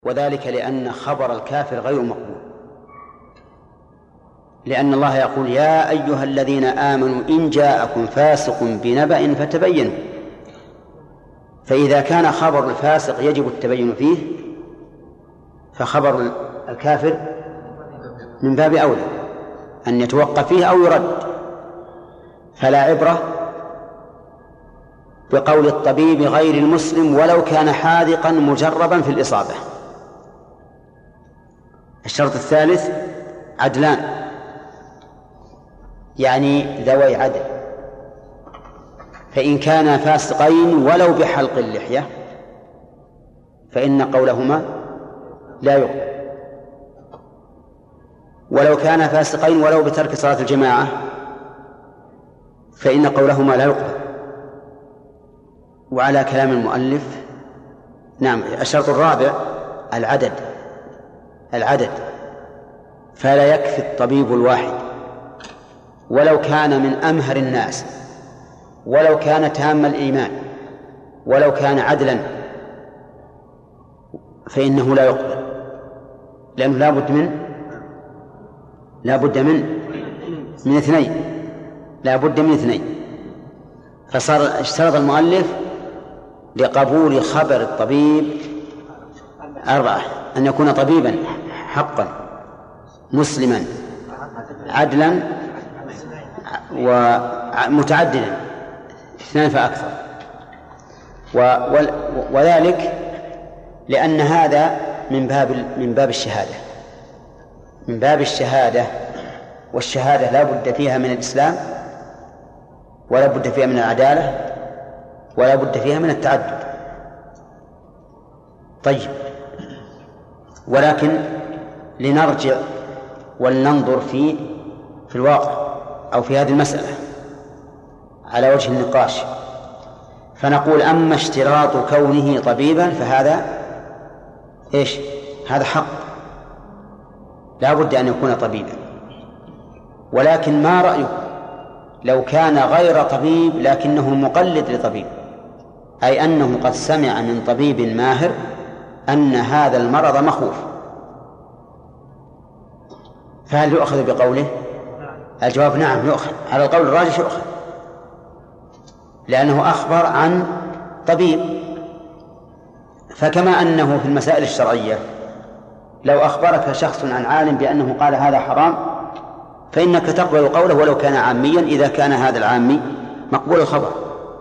وذلك لأن خبر الكافر غير مقبول، لأن الله يقول: يا أيها الذين آمنوا إن جاءكم فاسق بنبأ فتبينوا. فإذا كان خبر الفاسق يجب التبين فيه، فخبر الكافر من باب أولى أن يتوقف فيه أو يرد. فلا عبرة بقول الطبيب غير المسلم ولو كان حاذقا مجربا في الإصابة. الشرط الثالث عدلان، يعني ذوي عدل، فإن كانا فاسقين ولو بحلق اللحية فإن قولهما لا يقبل، ولو كانا فاسقين ولو بترك صلاة الجماعة فإن قولهما لا يقبل. وعلى كلام المؤلف نعم، الشرط الرابع العدد، فلا يكفي الطبيب الواحد ولو كان من أمهر الناس، ولو كان تام الإيمان، ولو كان عدلا، فإنه لا يقبل، لأنه لا بد من اثنين. فصار اشترط المؤلف لقبول خبر الطبيب 4: أن يكون طبيبا حقا مسلما عدلا ومتعدلا 2 فأكثر. وذلك لأن هذا من باب الشهادة، والشهادة لا بد فيها من الإسلام، ولا بد فيها من العدالة، ولا بد فيها من التعدد. طيب، ولكن لنرجع ولننظر في الواقع أو في هذه المسألة على وجه النقاش، فنقول: أما اشتراط كونه طبيبا فهذا هذا حق، لا بد أن يكون طبيبا. ولكن ما رأيك لو كان غير طبيب لكنه مقلد لطبيب، أي أنه قد سمع من طبيب ماهر أن هذا المرض مخوف، فهل يؤخذ بقوله؟ الجواب نعم، يؤخذ على القول الراجح، يؤخذ، لأنه أخبر عن طبيب. فكما أنه في المسائل الشرعية لو أخبرك شخص عن عالم بأنه قال هذا حرام فإنك تقبل قوله ولو كان عاميا، إذا كان هذا العامي مقبول الخبر.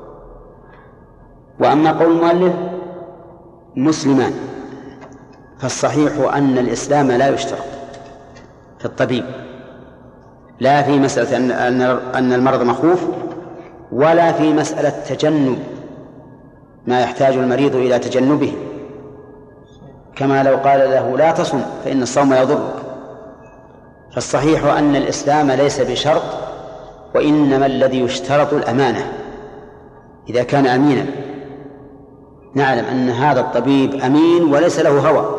وأما قول المؤلف مسلمان، فالصحيح أن الإسلام لا يشترط في الطبيب، لا في مسألة أن المرض مخوف، ولا في مسألة تجنب ما يحتاج المريض إلى تجنبه، كما لو قال له لا تصم فإن الصوم يضرك. فالصحيح أن الإسلام ليس بشرط، وإنما الذي يشترط الأمانة. إذا كان أمينا نعلم أن هذا الطبيب أمين وليس له هوى،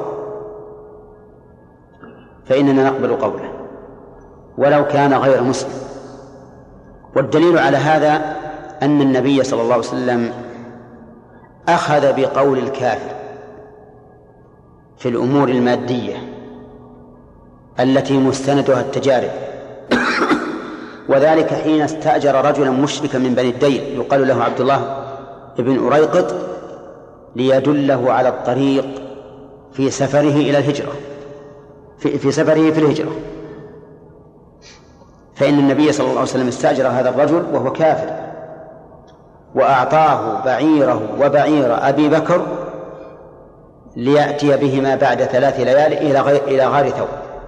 فإننا نقبل قوله ولو كان غير مسلم. والدليل على هذا أن النبي صلى الله عليه وسلم أخذ بقول الكافر في الأمور المادية التي مستندها التجارب، وذلك حين استأجر رجلا مشركا من بني الديل يقال له عبد الله بن أريقط ليدله على الطريق في سفره إلى الهجرة، في سفره في الهجرة. فإن النبي صلى الله عليه وسلم استأجر هذا الرجل وهو كافر، وأعطاه بعيره وبعير أبي بكر ليأتي بهما بعد 3 ليال إلى غار ثور.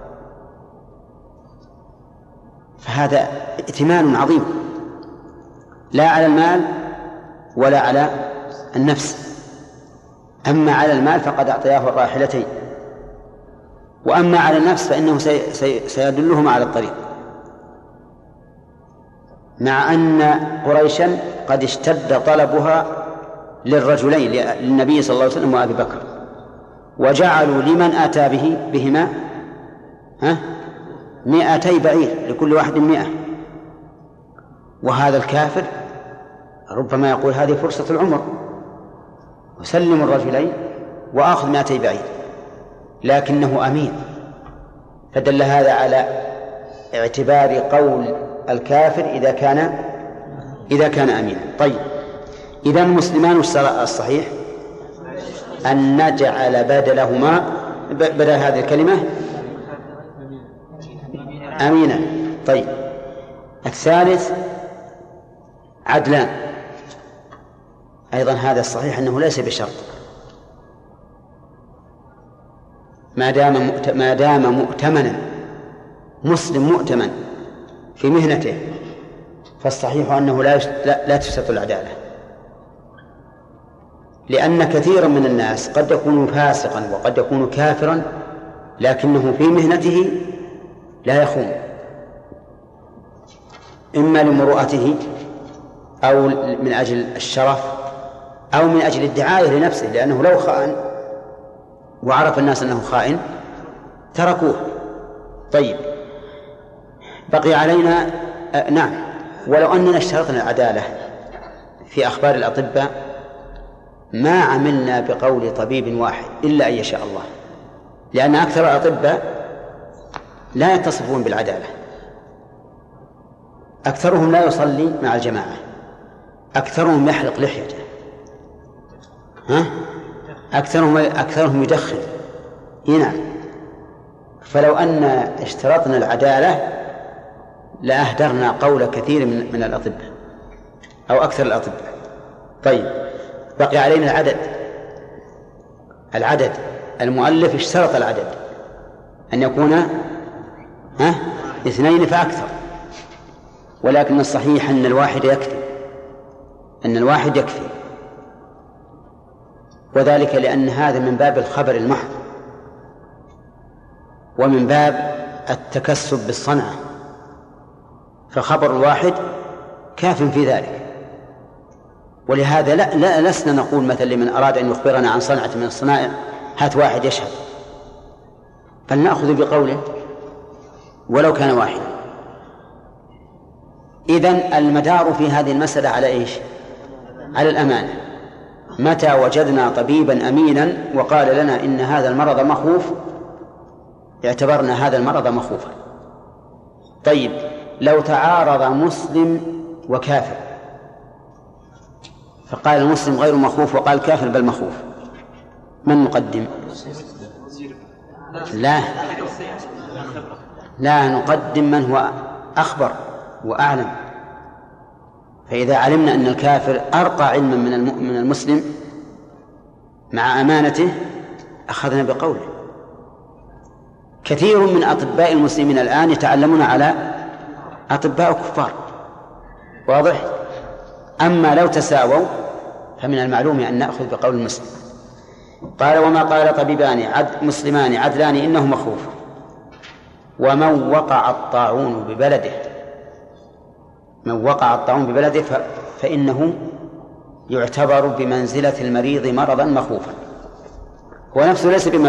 فهذا ائتمان عظيم، لا على المال ولا على النفس. أما على المال فقد أعطياه الراحلتين، وأما على النفس فإنه سيدلهما على الطريق، مع أن قريشا قد اشتد طلبها للرجلين، للنبي صلى الله عليه وسلم وأبي بكر، وجعلوا لمن أتى بهما 200 بعير لكل واحد 100. وهذا الكافر ربما يقول هذه فرصة العمر، وسلم الرجلين وآخذ 200 بعير. لكنه أمين، فدل هذا على اعتبار قول الكافر إذا كان أمينا. طيب، إذا المسلمان الصحيح أن نجعل بدل هذه الكلمة أمينا. طيب، الثالث عدلان، أيضا هذا الصحيح أنه ليس بشرط ما دام مؤتمنا، مسلم مؤتمن في مهنته، فالصحيح أنه لا تشترط العدالة، لأن كثيرا من الناس قد يكون فاسقا وقد يكون كافرا لكنه في مهنته لا يخون، إما لمروءته أو من أجل الشرف أو من أجل الدعاية لنفسه، لأنه لو خائن وعرف الناس أنه خائن تركوه. طيب، بقي علينا نعم، ولو أننا اشترطنا العدالة في أخبار الأطباء ما عملنا بقول طبيب واحد إلا أن يشاء الله، لأن أكثر الأطباء لا يتصفون بالعدالة، أكثرهم لا يصلي مع الجماعة، أكثرهم يحلق لحيته، أكثرهم يدخن. نعم، فلو أن اشترطنا العدالة لأهدرنا قول كثير من الأطباء أو أكثر الأطباء. طيب، بقي علينا العدد. المؤلف اشترط العدد أن يكون 2 فأكثر، ولكن الصحيح أن الواحد يكفي، وذلك لأن هذا من باب الخبر المحض ومن باب التكسب بالصنعة، فخبر الواحد كاف في ذلك. ولهذا لا لسنا نقول مثلا لمن أراد أن يخبرنا عن صنعة من الصنائع هات واحد يشهد، فلنأخذ بقوله ولو كان واحدا. إذن المدار في هذه المسألة على إيش؟ على الأمانة. متى وجدنا طبيبا أمينا وقال لنا إن هذا المرض مخوف اعتبرنا هذا المرض مخوفا. طيب، لو تعارض مسلم وكافر فقال المسلم غير مخوف وقال الكافر بل مخوف، من نقدم؟ لا نقدم من هو أخبر وأعلم. فإذا علمنا أن الكافر أرقى علما من المسلم مع أمانته أخذنا بقوله. كثير من أطباء المسلمين الآن يتعلمون على أطباء كفار، واضح؟ أما لو تساووا فمن المعلوم أن نأخذ بقول المسلم. قال وما قال طبيبان مسلمان عدلان إنه مخوف. ومن وقع الطاعون ببلده فإنه يعتبر بمنزلة المريض مرضا مخوفا. هو نفسه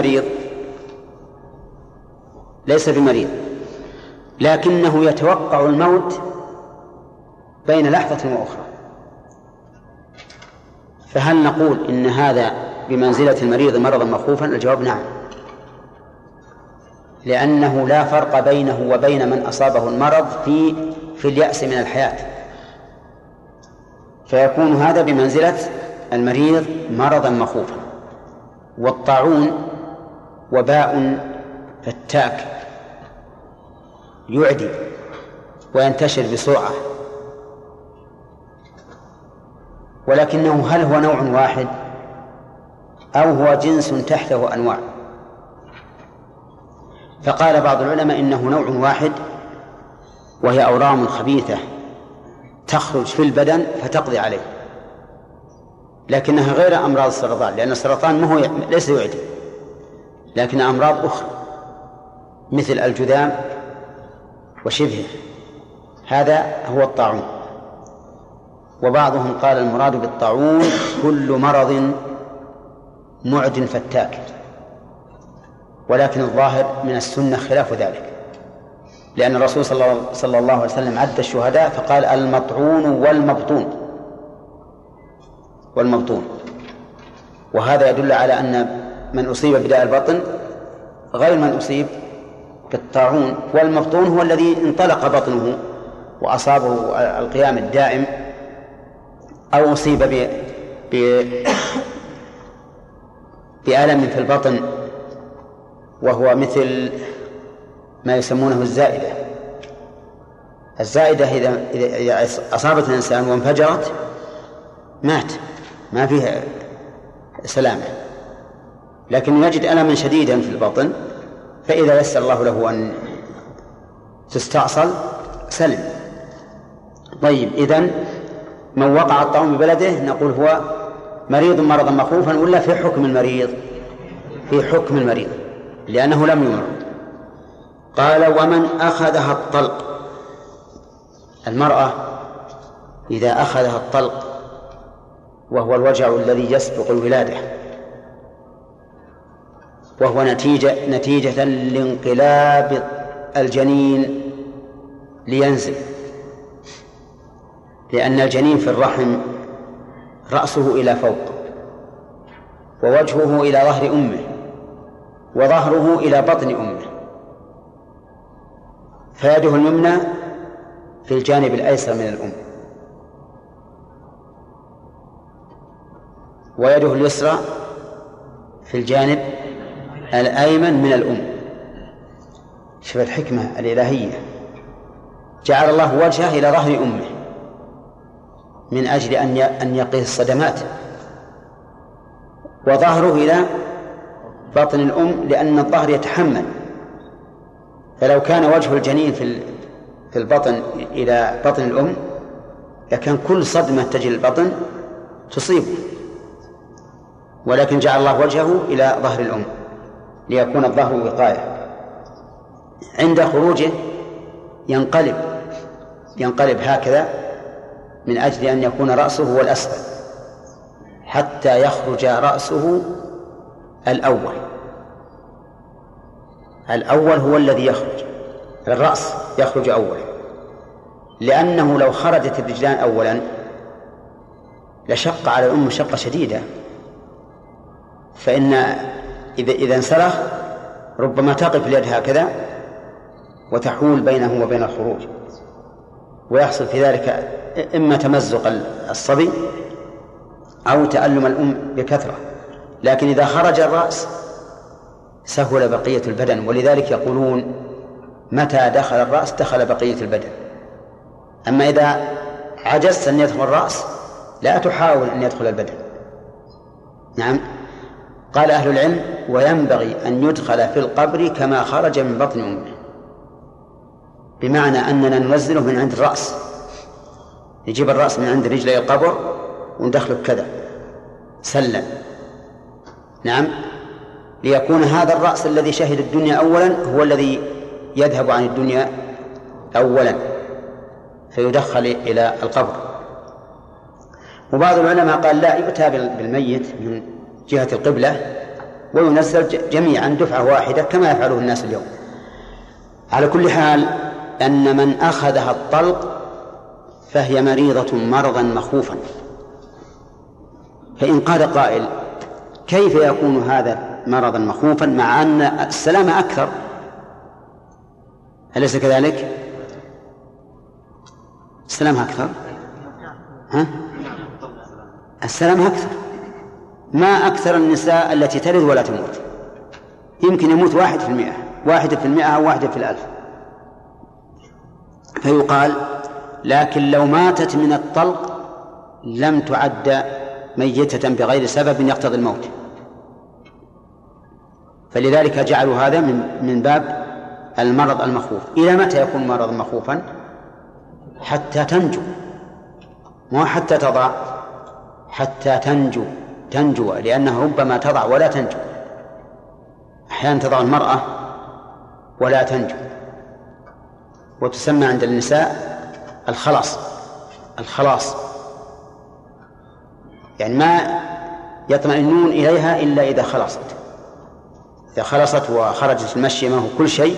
ليس بمريض لكنه يتوقع الموت بين لحظة وأخرى، فهل نقول إن هذا بمنزلة المريض مرضا مخوفا؟ الجواب نعم، لأنه لا فرق بينه وبين من أصابه المرض في اليأس من الحياة، فيكون هذا بمنزلة المريض مرضا مخوفا. والطاعون وباء فتاك يعدي وينتشر بسرعة، ولكنه هل هو نوع واحد أو هو جنس تحته أنواع؟ فقال بعض العلماء إنه نوع واحد، وهي أورام خبيثة تخرج في البدن فتقضي عليه، لكنها غير أمراض السرطان، لأن السرطان ليس يعدي، لكن أمراض أخرى مثل الجذام وشبهه، هذا هو الطاعون. وبعضهم قال المراد بالطاعون كل مرض معد فتاك، ولكن الظاهر من السنة خلاف ذلك، لأن الرسول صلى الله عليه وسلم عد الشهداء فقال المطعون والمبطون، وهذا يدل على أن من أصيب بداء البطن غير من أصيب بالطاعون. والمبطون هو الذي انطلق بطنه وأصابه القيام الدائم، أو أصيب بألم في البطن، وهو مثل ما يسمونه الزائدة. الزائدة إذا أصابت الإنسان وانفجرت مات، ما فيها سلامة. لكن يجد ألما شديدا في البطن، فإذا يسر الله له أن تستأصل سلم. طيب، إذن من وقع الطاعون ببلده نقول هو مريض مرضا مخوفا، ولا في حكم المريض؟ في حكم المريض لأنه لم يمرض. قال: ومن أخذها الطلق. المرأة إذا أخذها الطلق وهو الوجع الذي يسبق الولادة، وهو نتيجة لانقلاب الجنين لينزل، لأن الجنين في الرحم رأسه إلى فوق، ووجهه إلى ظهر أمه، وظهره إلى بطن أمه، فيده اليمنى في الجانب الأيسر من الأم، ويده اليسرى في الجانب الأيمن من الأم. شوف الحكمة الإلهية، جعل الله وجهه إلى ظهر أمه من أجل أن يقيه الصدمات، وظهره إلى بطن الأم لأن الظهر يتحمل. فلو كان وجه الجنين في البطن إلى بطن الأم لكان كل صدمة تجي للبطن تصيبه، ولكن جعل الله وجهه إلى ظهر الأم ليكون الظهر وقاية. عند خروجه ينقلب هكذا من أجل أن يكون رأسه هو الأسفل حتى يخرج رأسه الأول هو الذي يخرج، الرأس يخرج أول، لأنه لو خرجت الرجلان أولا لشق على الأم شقة شديدة، فإن إذا انسلخ ربما تقف اليد هكذا وتحول بينه وبين الخروج، ويحصل في ذلك إما تمزق الصبي أو تألم الأم بكثرة. لكن إذا خرج الرأس سهل بقية البدن، ولذلك يقولون متى دخل الرأس دخل بقية البدن. أما إذا عجزت أن يدخل الرأس لا تحاول أن يدخل البدن. نعم. قال أهل العلم: وينبغي أن يدخل في القبر كما خرج من بطن أمه، بمعنى أننا ننزله من عند الرأس، نجيب الرأس من عند رجلي القبر وندخله كذا سلم. نعم، ليكون هذا الرأس الذي شهد الدنيا أولا هو الذي يذهب عن الدنيا أولا فيدخل إلى القبر. وبعض العلماء قال لا، يؤتى بالميت من جهة القبلة وينزل جميعا دفعة واحدة كما يفعله الناس اليوم. على كل حال أن من أخذها الطلق فهي مريضة مرضا مخوفا. فإن قال قائل: كيف يكون هذا مرضا مخوفا مع أن السلامة أكثر؟ أليس كذلك؟ السلامة أكثر؟ السلامة أكثر. ما أكثر النساء التي تلد ولا تموت، يمكن يموت 1% 1% أو 1 في 1000. فيقال: لكن لو ماتت من الطلق لم تعد ميتة بغير سبب يقتضي الموت. فلذلك جعلوا هذا من باب المرض المخوف. إلى متى يكون مرضا مخوفا؟ حتى تنجو، مو حتى تضع، حتى تنجو، لأنها ربما تضع ولا تنجو. أحيانا تضع المرأة ولا تنجو، وتسمى عند النساء الخلاص، يعني ما يطمئنون إليها إلا إذا خلصت. إذا خلصت وخرجت المشي معه كل شيء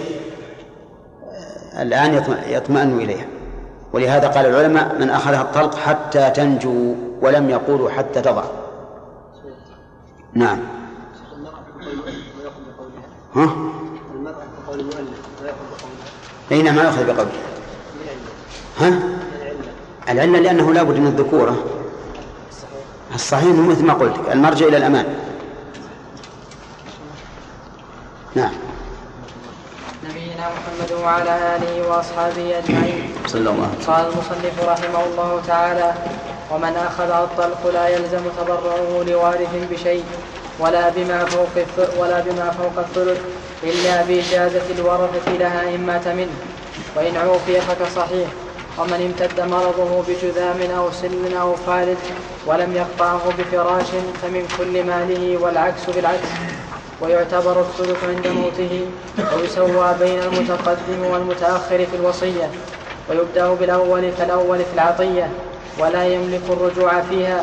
الآن يطمئن إليها. ولهذا قال العلماء: من أخذها الطلق حتى تنجو، ولم يقولوا حتى تضع. نعم. قول المؤلف لا يأخذ بقوله. أي نعم ما يأخذ بقوله. ها؟ العلة لأنه لا بد من الذكورة. الصحيح هو مثل ما قلت المرجع إلى الأمان. نعم. نبينا محمد وعلى آله وأصحابه أجمعين. صلى الله عليه وسلم. قال المصنف رحمه الله تعالى: ومن أخذ الطلق لا يلزم تبرعه لوارث بشيء ولا بما فوق الثلث إلا بإجازة الورثة لها إن مات منه، وإن عوفي فكصحيح. ومن امتد مرضه بجذام أو سن أو فالج ولم يقطعه بفراش فمن كل ماله، والعكس بالعكس. ويعتبر الثلث عند موته، ويسوى بين المتقدم والمتأخر في الوصية، ويبدأ بالأول كالأول في العطية، ولا يملك الرجوع فيها،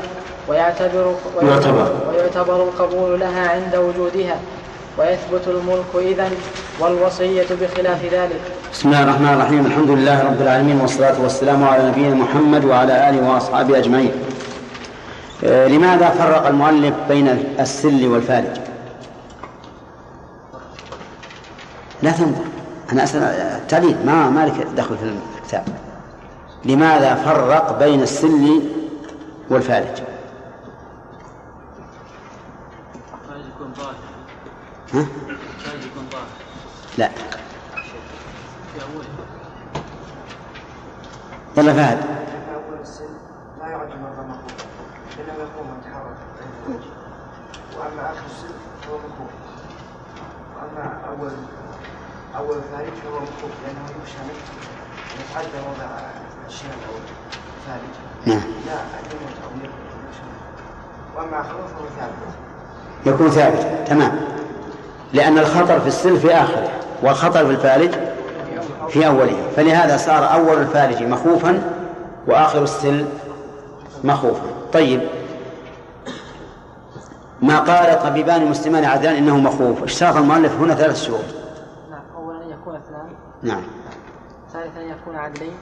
ويعتبر القبول لها عند وجودها، ويثبت الملك إذن، والوصية بخلاف ذلك. بسم الله الرحمن الرحيم. الحمد لله رب العالمين، والصلاة والسلام على نبينا محمد وعلى آله وأصحابه أجمعين. لماذا فرق المؤلف بين السل والفالج؟ لا تنظر، أنا أسأل التعليل، ما لك دخل في الكتاب. لماذا فرق بين السل والفالج؟ الفالج يكون ظاهر. ها؟ الفالج يكون ظاهر. لا. في أوله. يلا فهد. أول السن لا يعد مرضى مخوف لأنه يقوم ويتحرك، وأما آخر السن فهو مخوف، وأما أول الفارج فهو مخوف لأنه يخشى منه يتعدى وضع الشام أو الفارج. نعم. لا يموت أو يخشى، وأما آخره فهو ثابت. يكون ثابت، تمام. لأن الخطر في السل في آخره، والخطر في الفالج في أوله، فلهذا صار أول الفالج مخوفا وآخر السل مخوفا. طيب، ما قال طبيبان مسلمان عدلان إنه مخوف، اشترط المؤلف هنا 3 شروط. نعم. أولا أن يكون اثنان. نعم. ثالثا أن يكون عدلين.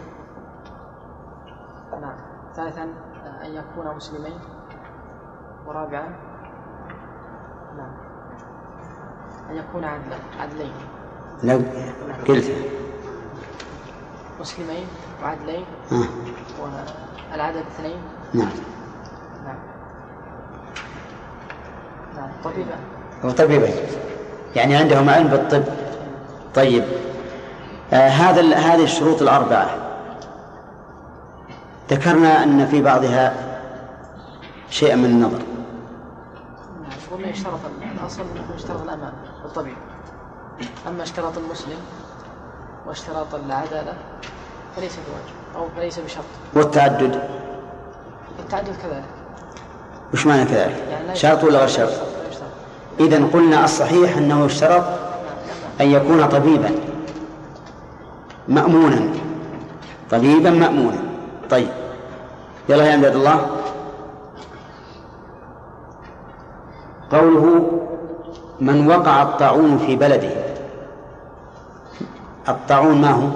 نعم. ثالثا أن يكون مسلمين. ورابعا نعم أن يكون عدلين. لو قلت مسلمين وعدلين والعدد 2. نعم. نعم. نعم. طبيبا. وطبيبين يعني عندهم علم بالطب. طيب، هذه الشروط ال4 ذكرنا أن في بعضها شيئا من النظر. نعم. قلنا اشترط الأصل أنه اشترط الأمان بالطبيب، أما اشتراط المسلم واشتراط العدالة فليس بواجب أو فليس بشرط. والتعدد كذلك. وش معنى كذلك؟ يعني شرط ولا غير شرط؟ إذن قلنا الصحيح أنه اشترط أن يكون طبيبا مأمونا، طبيبا مأمونا. طيب، يلا يا عبد الله. قوله من وقع الطاعون في بلده. الطاعون ما هو؟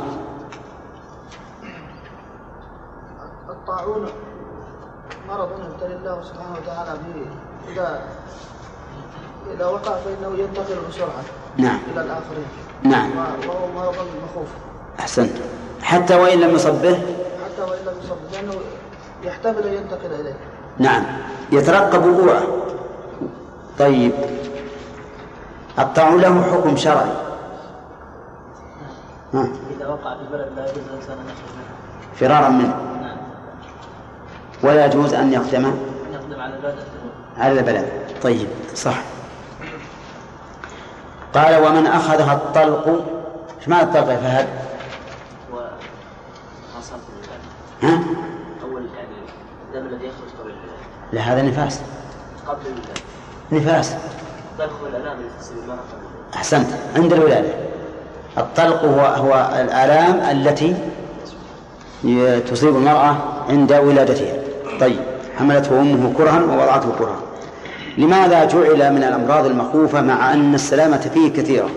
الطاعون مرض يبتلي الله سبحانه وتعالى به، إذا وقع فإنه ينتقل بسرعة. نعم. إلى الآخرين. نعم. وهو مرض مخوف. أحسنت. حتى وإن لم يصبه. لأنه يحتمل أن ينتقل إليه. نعم، يترقب وقوعه. طيب، الطاعون له حكم شرعي. إذا وقع في بلد لا يجوز الإنسان أن يخرج منه فرارا منه. نعم. ولا يجوز أن يقدم على البلد. طيب، صح. قال ومن أخذها الطلق. ايش معنى الطلق يا فهد؟ ها؟ أول يعني الدم الذي يخرج قبل الولادة. لا، هذا نفاس. قبل الولادة. نفاس. الطلق هو الآلام التي تصيب المرأة قبل الولادة. أحسنت، عند الولادة. الطلق هو الآلام التي تصيب المرأة عند ولادتها. طيب، حملته أمه كرها ووضعته كرها. لماذا جعل من الأمراض المخوفة مع أن السلامة فيه كثيرة؟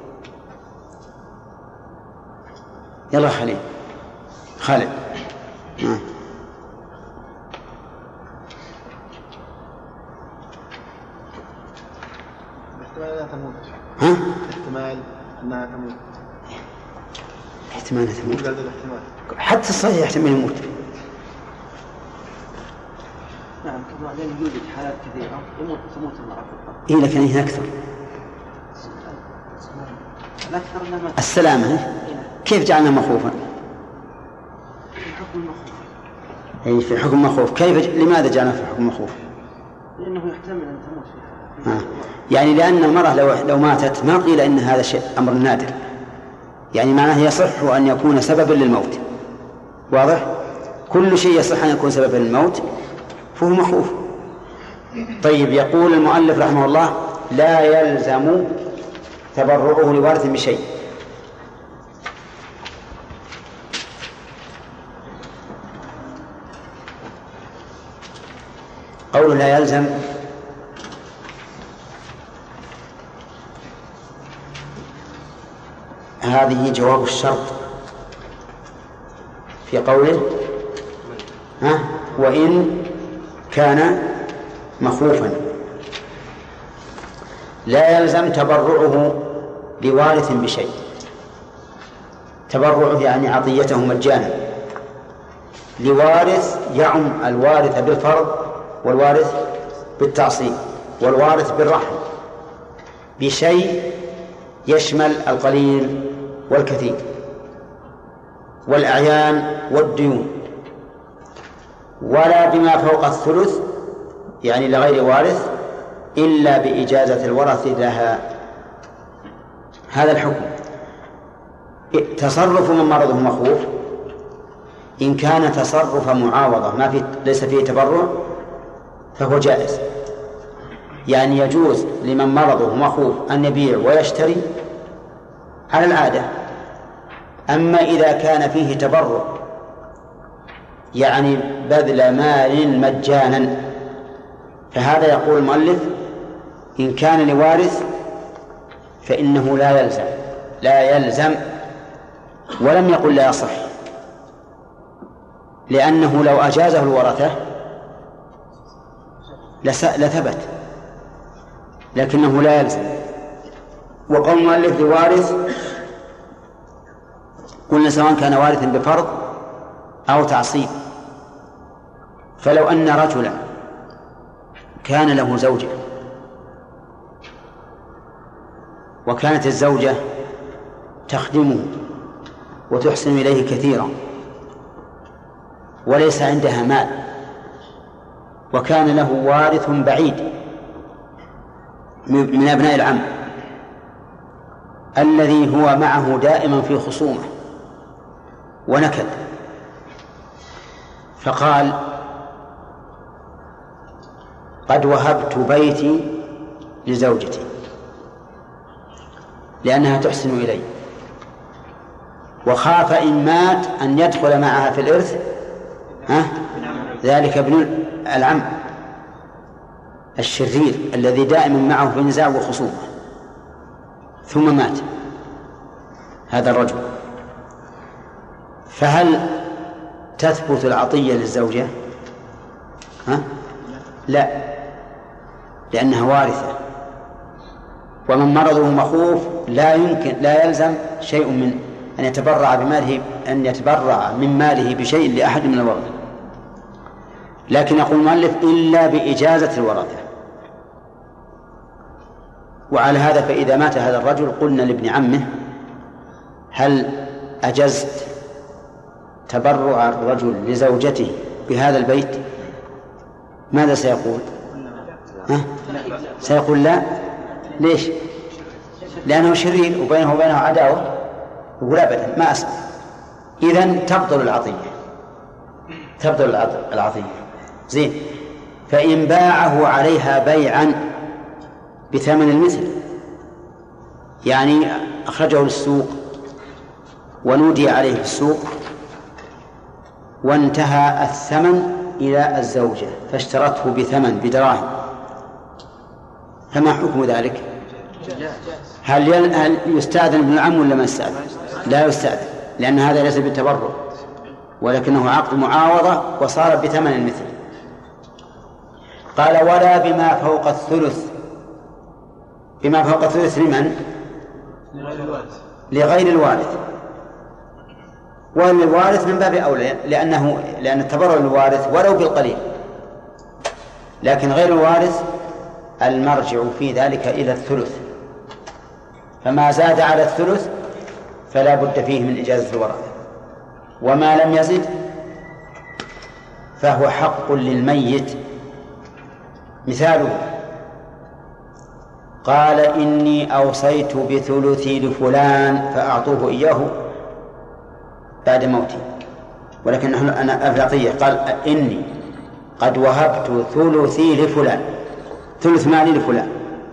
يلا خالد. احتمال لا تموت. ها؟ احتمال أنها تموت. احتمال تموت. حتى الصحيح يحتمل يموت. نعم كما لأن يوجد حالات كثيرة تموت المرأة. إيه لكن هي أكثر. السلامة كيف جعلنا مخوفا؟ أي في حكم مخوف. كيف لماذا جعلنا في حكم مخوف؟ لأنه يحتمل أن تموت فيها. يعني لأن المرأة لو ماتت ما قيل إن هذا شيء أمر نادر، يعني معناه يصح أن يكون سببا للموت. واضح؟ كل شيء يصح أن يكون سببا للموت فهو مخوف. طيب يقول المؤلف رحمه الله لا يلزم تبرعه لوارث بشيء. قوله لا يلزم هذه جواب الشرط في قوله وإن كان مخوفا. لا يلزم تبرعه لوارث بشيء. تبرعه يعني عطيته مجانا لوارث يعم الوارث بالفرض والوارث بالتعصيب والوارث بالرحم بشيء يشمل القليل والكثير والأعيان والديون، ولا بما فوق الثلث يعني لغير وارث إلا بإجازة الورث لها. هذا الحكم. تصرف من مرضه مخوف إن كان تصرف معاوضة ليس فيه تبرع فهو جائز، يعني يجوز لمن مرضه مخوف أن يبيع ويشتري على العادة. أما إذا كان فيه تبرع يعني بذل مال مجانا فهذا يقول المؤلف إن كان لوارث فإنه لا يلزم ولم يقل لا يصح، لأنه لو أجازه الورثة لثبت، لكنه لا يلزم. وقول المؤلف لوارث قلنا سواء كان وارثا بفرض أو تعصيب. فلو أن رجلا كان له زوجة وكانت الزوجة تخدمه وتحسن إليه كثيرا وليس عندها مال، وكان له وارث بعيد من أبناء العم الذي هو معه دائما في خصومة ونكد، فقال قد وهبت بيتي لزوجتي لأنها تحسن إلي، وخاف إن مات أن يدخل معها في الإرث ذلك ابن العم الشرير الذي دائما معه في نزاع وخصومة، ثم مات هذا الرجل. فهل تثبت العطية للزوجة؟ لا، لأنها وارثة، ومن مرضه مخوف لا يلزم شيء من أن يتبرع من ماله بشيء لأحد من الورثة. لكن يقول المؤلف إلا بإجازة الورثة. وعلى هذا فإذا مات هذا الرجل قلنا لابن عمه هل أجزت تبرع الرجل لزوجته بهذا البيت؟ ماذا سيقول؟ سيقول لا. ليش؟ لأنه شرير وبينه وبينه عداوة، يقول أبدا ما أسمع. إذن تبطل العطية. زين. فإن باعه عليها بيعا بثمن المثل، يعني أخرجه للسوق ونودي عليه في السوق وانتهى الثمن إلى الزوجة فاشترته بثمن بدراهم، فما حكم ذلك؟ هل يستأذن ابن العم ولا ما يستأذن؟ لا يستأذن، لأن هذا ليس بالتبرع ولكنه عقد معاوضة وصار بثمن المثل. قال ولا بما فوق الثلث. بما فوق الثلث لمن؟ لغير الوارث، وأن الوارث من باب أولى لأن التبرع للوارث ولو بالقليل، لكن غير الوارث المرجع في ذلك إلى الثلث، فما زاد على الثلث فلا بد فيه من إجازة الورثة، وما لم يزد فهو حق للميت. مثاله قال إني أوصيت بثلثي لفلان فأعطوه إياه بعد موتي، ولكن أنا أفلاطية قال إني قد وهبت ثلثي لفلان، ثلث مالي لفلان،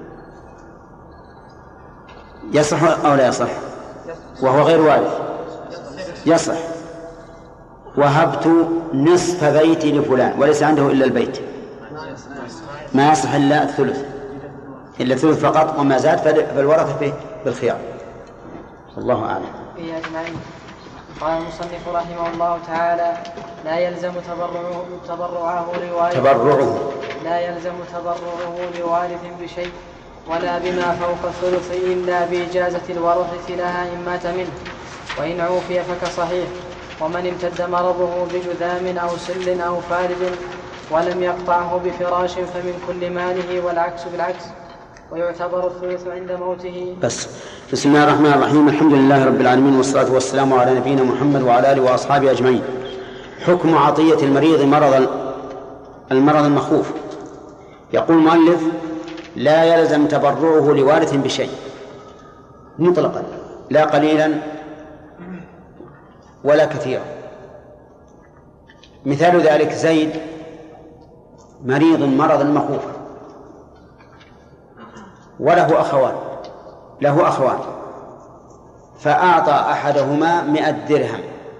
يصح أو لا يصح؟ وهو غير وارث يصح. وهبت نصف بيتي لفلان وليس عنده إلا البيت، ما يصح إلا الثلث، إلا الثلث فقط، وما زاد فالورثة فيه بالخيار. الله أعلم. قال المصنف رحمه الله تعالى: لا يلزم تبرعه لوارث بشيء ولا بما فوق الثلث إلا بإجازة الورثة لها إن مات منه، وإن عوفي فكصحيح. ومن امتد مرضه بجذام أو سل أو فارج ولم يقطعه بفراش فمن كل ماله، والعكس بالعكس، ويعتبر الثلث عند موته. بس بسم الله الرحمن الرحيم، الحمد لله رب العالمين، والصلاة والسلام على نبينا محمد وعلى آله وأصحابه أجمعين. حكم عطية المريض المرض المخوف. يقول المؤلف: لا يلزم تبرعه لوارث بشيء مطلقا، لا قليلا ولا كثيرا. مثال ذلك زيد مريض مرض مخوف وله أخوان، فأعطى أحدهما 100 درهم،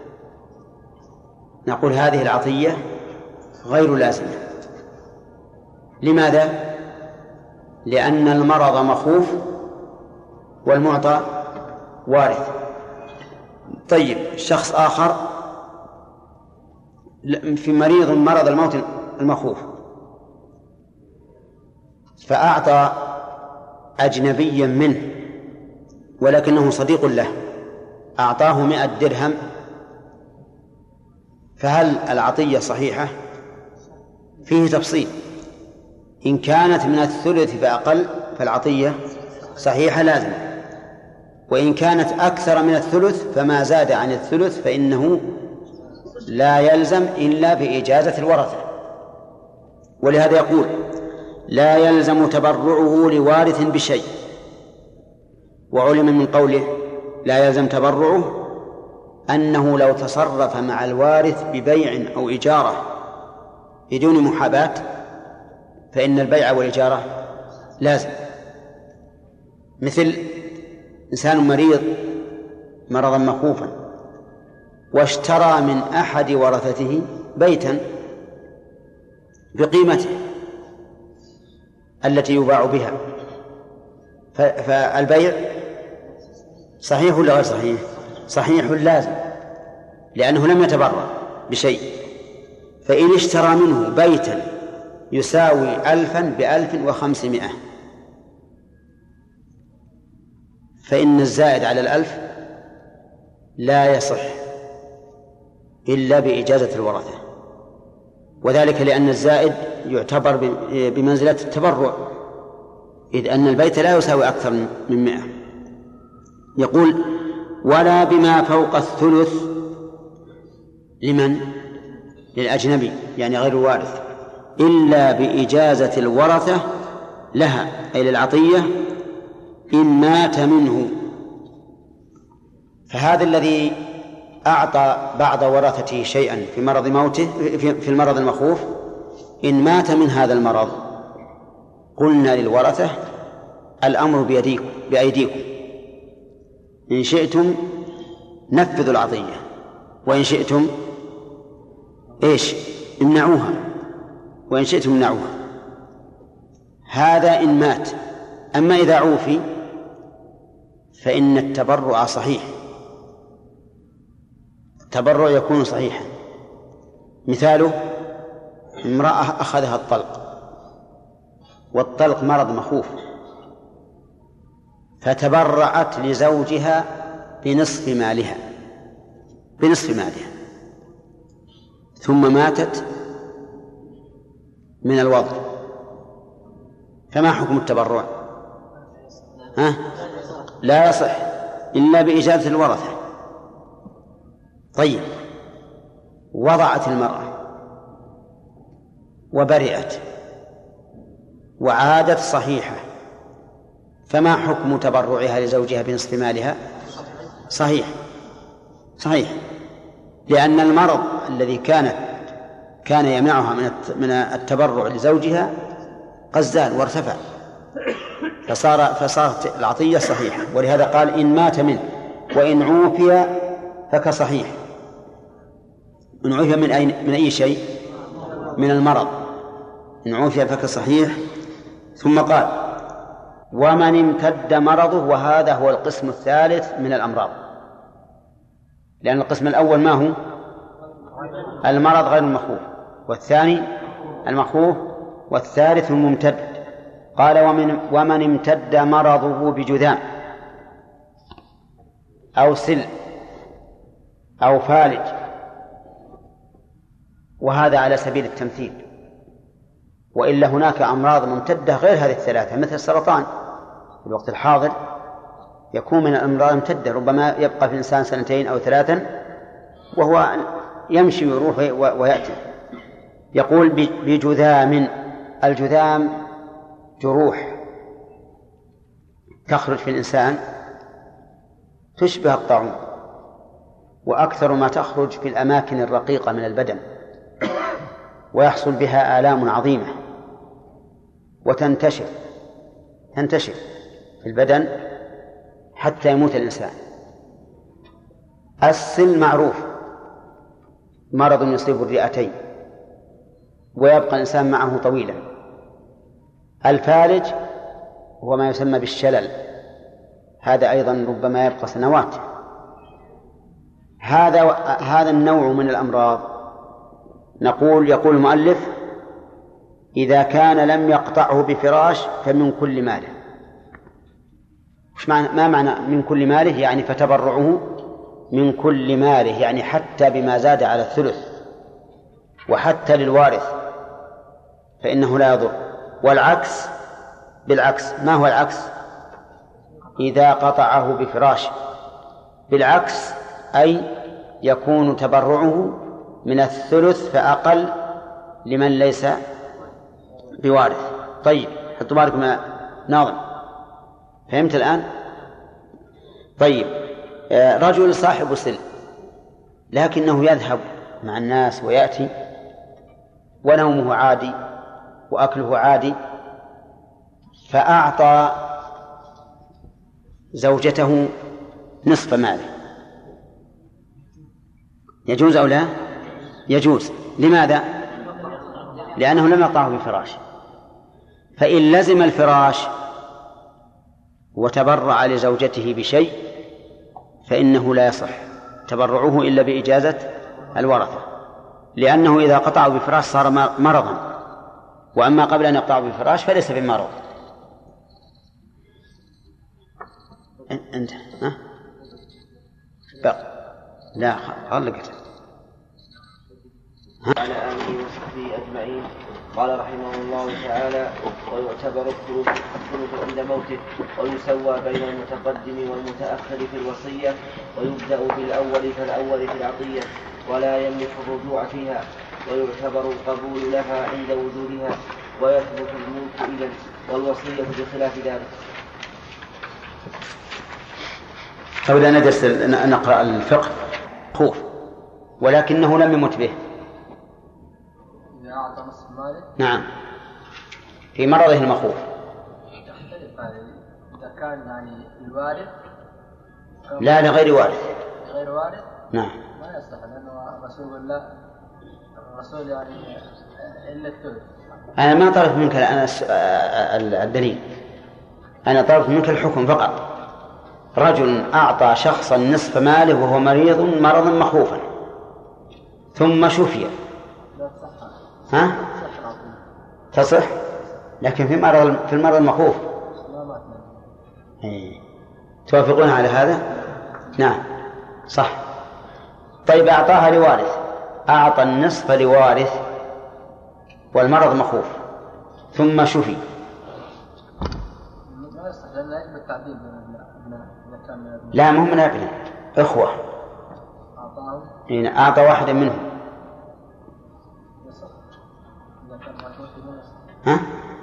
نقول هذه العطية غير لازمة. لماذا؟ لأن المرض مخوف والمعطى وارث. طيب، شخص آخر في مريض مرض الموت المخوف فأعطى أجنبيا منه ولكنه صديق له، أعطاه 100 درهم، فهل العطية صحيحة؟ فيه تفصيل. إن كانت من الثلث فأقل فالعطية صحيحة لازمة، وإن كانت أكثر من الثلث فما زاد عن الثلث فإنه لا يلزم إلا بإجازة الورثة. ولهذا يقول: لا يلزم تبرعه لوارث بشيء. وعلم من قوله لا يلزم تبرعه أنه لو تصرف مع الوارث ببيع أو إجارة بدون محاباة فإن البيع والإجارة لازم. مثل إنسان مريض مرضا مخوفا واشترى من أحد ورثته بيتا بقيمته التي يباع بها، فالبيع صحيح ولا غير صحيح؟ صحيح لازم، لأنه لم يتبرع بشيء. فإن اشترى منه بيتا يساوي 1000 ب1500 فإن الزائد على 1000 لا يصح إلا بإجازة الورثة، وذلك لأن الزائد يعتبر بمنزلة التبرع، إذ أن البيت لا يساوي أكثر من 100. يقول: ولا بما فوق الثلث. لمن؟ للأجنبي يعني غير الوارث، إلا بإجازة الورثة لها أي للعطية إن مات منه. فهذا الذي أعطى بعض ورثته شيئا في مرض موته في المرض المخوف إن مات من هذا المرض قلنا للورثة: الأمر بأيديكم، إن شئتم نفذوا العطية وإن شئتم امنعوها، وإن شئتم امنعوها. هذا إن مات. أما إذا عوفي فإن التبرع صحيح، التبرع يكون صحيحا. مثاله: امرأة أخذها الطلق، والطلق مرض مخوف، فتبرعت لزوجها بنصف مالها ثم ماتت من الوضع، فما حكم التبرع؟ لا يصح إلا بإجازة الورثة. طيب، وضعت المرأة وبرئت وعادت صحيحة، فما حكم تبرعها لزوجها بنصف مالها؟ صحيح، لأن المرض الذي كان يمنعها من التبرع لزوجها قد زال وارتفع، فصارت العطية صحيحة. ولهذا قال إن مات منه وإن عوفي فكصحيح. إن عوفي من أي شيء؟ من المرض. إن عوفي فكصحيح. ثم قال ومن امتد مرضه، وهذا هو القسم الثالث من الأمراض، لأن القسم الأول ما هو؟ المرض غير المخوف، والثاني المخوف، والثالث الممتد. قال ومن امتد مرضه بجذام أو سل أو فالج، وهذا على سبيل التمثيل، وإلا هناك أمراض ممتدة غير هذه الثلاثة، مثل السرطان في الوقت الحاضر يكون من الأمراض الممتدة، ربما يبقى في الإنسان 2 أو 3 وهو يمشي ويروح ويأتي. يقول بجذام. الجذام جروح تخرج في الإنسان تشبه الطاعون، وأكثر ما تخرج في الأماكن الرقيقة من البدن، ويحصل بها آلام عظيمة، وتنتشر في البدن حتى يموت الإنسان. السل معروف، مرض يصيب الرئتين ويبقى الإنسان معه طويلا. الفالج هو ما يسمى بالشلل، هذا أيضا ربما يبقى سنوات. هذا النوع من الأمراض يقول المؤلف إذا كان لم يقطعه بفراش فمن كل ماله. ما معنى من كل ماله؟ يعني فتبرعه من كل ماله، يعني حتى بما زاد على الثلث، وحتى للوارث فإنه لا يضر. والعكس بالعكس. ما هو العكس؟ إذا قطعه بفراش بالعكس، أي يكون تبرعه من الثلث فأقل لمن ليس بوارث. طيب، حطوا بالكم يا ناظم، فهمت الآن؟ طيب، رجل صاحب سل لكنه يذهب مع الناس ويأتي، ونومه عادي وأكله عادي، فأعطى زوجته نصف ماله، يجوز أو لا؟ يجوز. لماذا؟ لأنه لم يقطعه بفراش. فإن لزم الفراش وتبرع لزوجته بشيء فإنه لا يصح تبرعه إلا بإجازة الورثة، لأنه إذا قطعه بفراش صار مرضا، وأما قبل أن يقطعه بفراش فليس بمرض. أنت لا غلقت. على آله وصحبه أجمعين. قال رحمه الله تعالى ويعتبر الثلث عند موته، ويسوى بين المتقدم والمتأخر في الوصية، ويبدأ بالأول فالأول في العطية، ولا يملك الرجوع فيها، ويعتبر القبول لها عند وجودها، ويثبت الملك إذن، والوصية بخلاف ذلك. قبل أن ندرس نقرأ الفقه خوف، ولكنه لم يمت به. أعطى نصف ماله؟ نعم، في مرضه المخوف. تختلف هذه إذا كان يعني الوارث لا لغير وارث. غير وارث؟ نعم، ما يصلح، لأنه رسول الله الرسول يعني إلا الثلث. أنا ما طلبت منك الدليل، أنا طلبت منك الحكم فقط. رجل أعطى شخصا نصف ماله وهو مريض مرضا مخوفا ثم شفي، ها؟ تصح، لكن في المرض المخوف توافقون على هذا؟ نعم صح. طيب أعطاها لوارث، أعطى النصف لوارث والمرض مخوف ثم شفي. لا مهم من أبناء إخوة، أعطى واحدا منهم. ها؟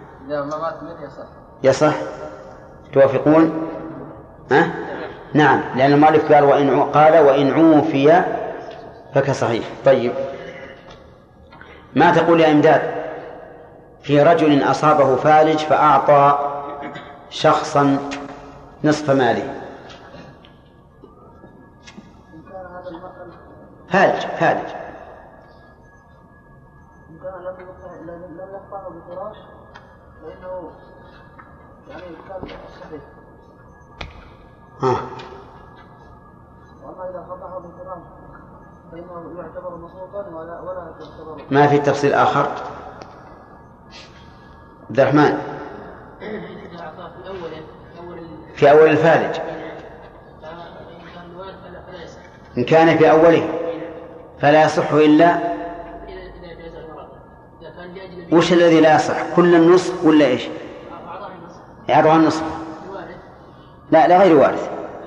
يصح. توافقون؟ ها؟ نعم، لأن المؤلف قال وإن عوفي فكصحيح. طيب ما تقول يا إمداد في رجل أصابه فالج فأعطى شخصا نصف ماله؟ فالج إن كان لم يقطعه بفراش فإنه يعني كان صحيح. وأما إذا قطعه بفراش فإنه يعتبر مسقوطا ولا يعتبر. ما في تفصيل آخر؟ عبد الرحمن في أول الفالج، إن كان في أوله فلا يصح إلا وش الذي لا يصح؟ كل النصف ولا إيش؟ أعطاه النصف. لا غير وارث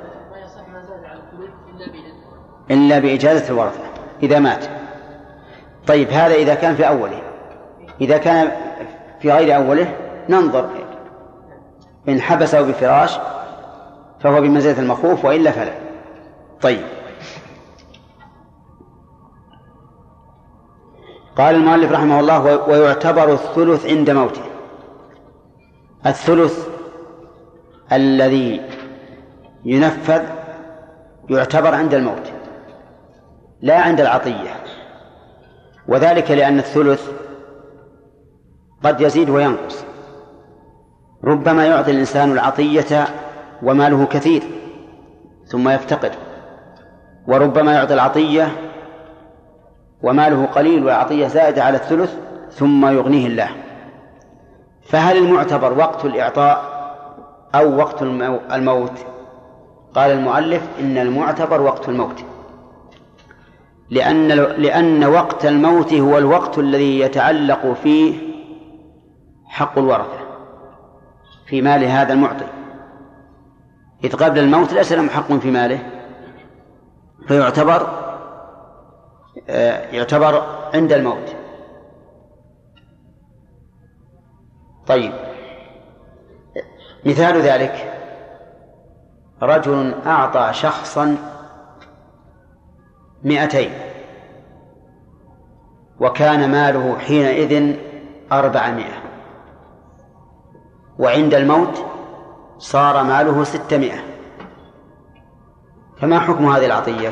إلا بإجازة الورثة إذا مات. طيب هذا إذا كان في أوله. إذا كان في غير أوله ننظر إن حبسه بفراش فهو بمنزلة المخوف وإلا فلا. طيب قال المؤلف رحمه الله ويعتبر الثلث عند موته. الثلث الذي ينفذ يعتبر عند الموت لا عند العطية، وذلك لأن الثلث قد يزيد وينقص. ربما يعطي الإنسان العطية وماله كثير ثم يفتقر، وربما يعطي العطية وماله قليل والعطية زائدة على الثلث ثم يغنيه الله. فهل المعتبر وقت الإعطاء أو وقت الموت؟ قال المؤلف إن المعتبر وقت الموت، لأن وقت الموت هو الوقت الذي يتعلق فيه حق الورثة في مال هذا المعطي، إذ قبل الموت ليس لهم حق في ماله، يعتبر عند الموت. طيب مثال ذلك رجل أعطى شخصا 200 وكان ماله حينئذ 400، وعند الموت صار ماله 600، فما حكم هذه العطية؟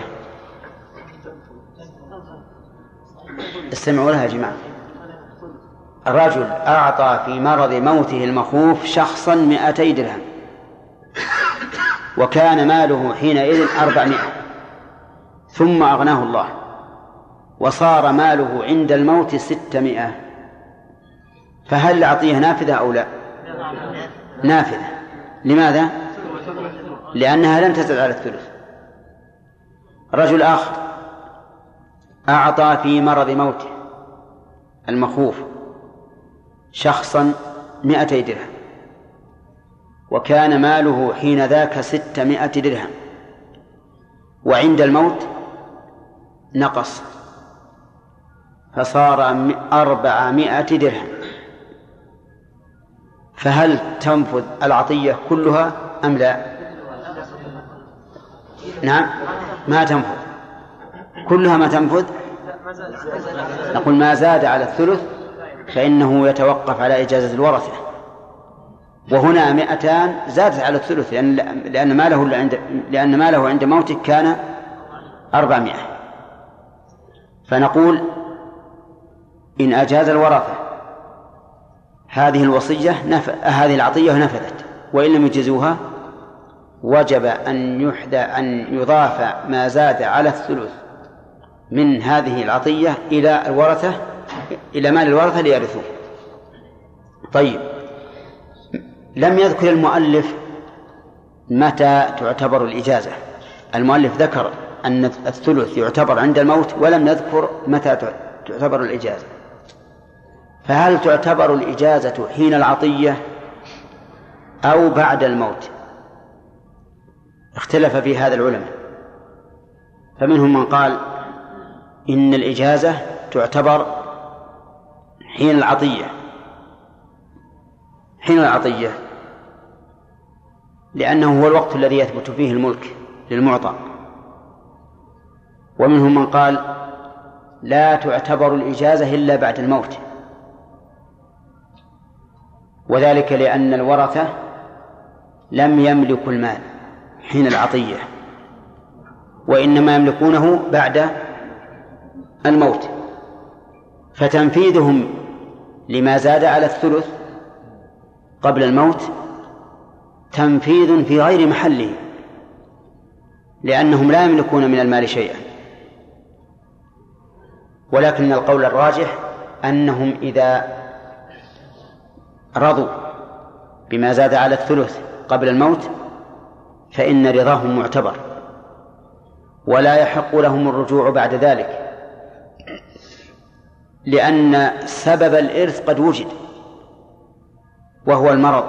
استمعوا لها يا جماعة. الرجل أعطى في مرض موته المخوف شخصا 200 درهم وكان ماله حينئذ 400، ثم أغناه الله وصار ماله عند الموت 600، فهل العطية نافذة أو لا؟ نافذة. لماذا؟ لأنها لم تزد على الثلث. رجل آخر أعطى في مرض موته المخوف شخصا 200 درهم وكان ماله حين ذاك 600 درهم، وعند الموت نقص فصار 400 درهم، فهل تنفذ العطية كلها أم لا؟ نعم ما تنفذ كلها، ما تنفذ. نقول ما زاد على الثلث فإنه يتوقف على إجازة الورثة، وهنا 200 زادت على الثلث لأن ماله عند موته كان 400. فنقول إن أجاز الورثة هذه الوصية هذه العطية نفذت، وإن لم يجزوها وجب أن يضاف ما زاد على الثلث من هذه العطية إلى الورثة، إلى مال الورثة ليرثوه. طيب لم يذكر المؤلف متى تعتبر الإجازة. المؤلف ذكر أن الثلث يعتبر عند الموت ولم يذكر متى تعتبر الإجازة. فهل تعتبر الإجازة حين العطية أو بعد الموت؟ اختلف في هذا العلماء، فمنهم من قال إن الإجازة تعتبر حين العطية، حين العطية، لأنه هو الوقت الذي يثبت فيه الملك للمعطى. ومنهم من قال لا تعتبر الإجازة إلا بعد الموت، وذلك لأن الورثة لم يملكوا المال حين العطية، وإنما يملكونه بعد الموت، فتنفيذهم لما زاد على الثلث قبل الموت تنفيذ في غير محله، لأنهم لا يملكون من المال شيئا. ولكن القول الراجح أنهم إذا رضوا بما زاد على الثلث قبل الموت فإن رضاهم معتبر، ولا يحق لهم الرجوع بعد ذلك، لأن سبب الإرث قد وجد وهو المرض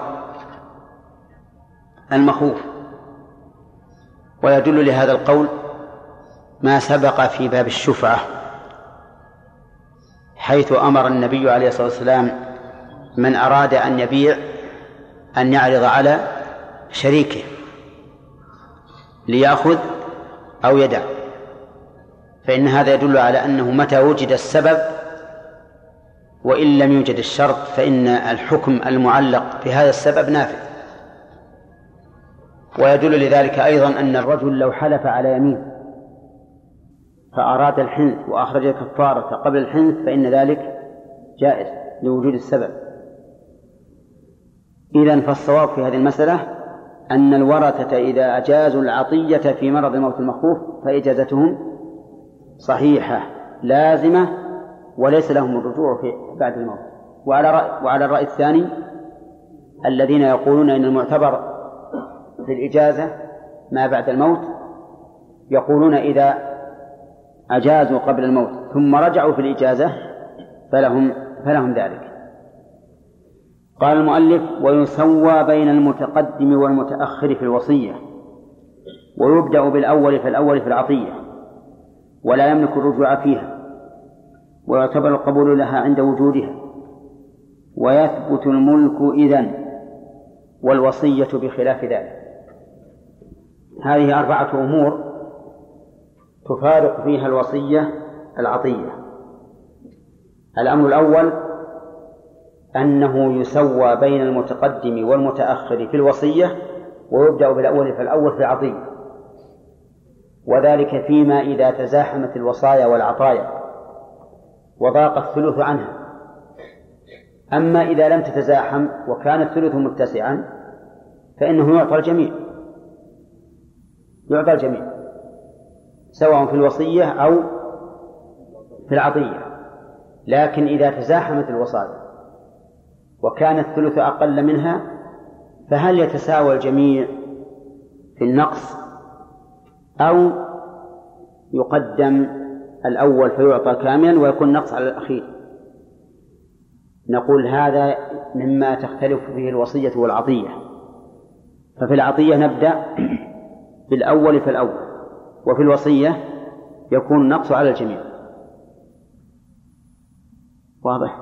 المخوف. ويدل لهذا القول ما سبق في باب الشفعة، حيث أمر النبي عليه الصلاة والسلام من أراد أن يبيع أن يعرض على شريكه ليأخذ أو يدع، فإن هذا يدل على أنه متى وجد السبب وإن لم يوجد الشرط فإن الحكم المعلق بهذا السبب نافذ. ويدل لذلك أيضا أن الرجل لو حلف على يمين فأراد الحنث وأخرج الكفارة قبل الحنث فإن ذلك جائز لوجود السبب. إذن فالصواب في هذه المسألة أن الورثة إذا أجازوا العطية في مرض موت المخوف فإجازتهم صحيحة لازمة وليس لهم الرجوع في بعد الموت. وعلى الرأي الثاني الذين يقولون إن المعتبر في الإجازة ما بعد الموت، يقولون إذا أجازوا قبل الموت ثم رجعوا في الإجازة فلهم ذلك. قال المؤلف: ويسوى بين المتقدم والمتأخر في الوصية، ويبدأ بالأول فالأول في العطية، ولا يملك الرجوع فيها، ويعتبر القبول لها عند وجودها، ويثبت الملك إذن، والوصية بخلاف ذلك. هذه 4 أمور تفارق فيها الوصية العطية. الأمر الأول أنه يسوى بين المتقدم والمتأخر في الوصية، ويبدأ بالأول فالأول في العطية، وذلك فيما إذا تزاحمت الوصايا والعطايا وضاق الثلث عنها. أما إذا لم تتزاحم وكان الثلث متسعا فإنه يعطى الجميع سواء في الوصية أو في العطية. لكن إذا تزاحمت الوصايا وكان الثلث أقل منها فهل يتساوى الجميع في النقص أو يقدم الأول فيعطى كاملا ويكون نقص على الأخير؟ نقول هذا مما تختلف فيه الوصية والعطية. ففي العطية نبدأ بالأول فالأول، وفي الوصية يكون النقص على الجميع. واضح؟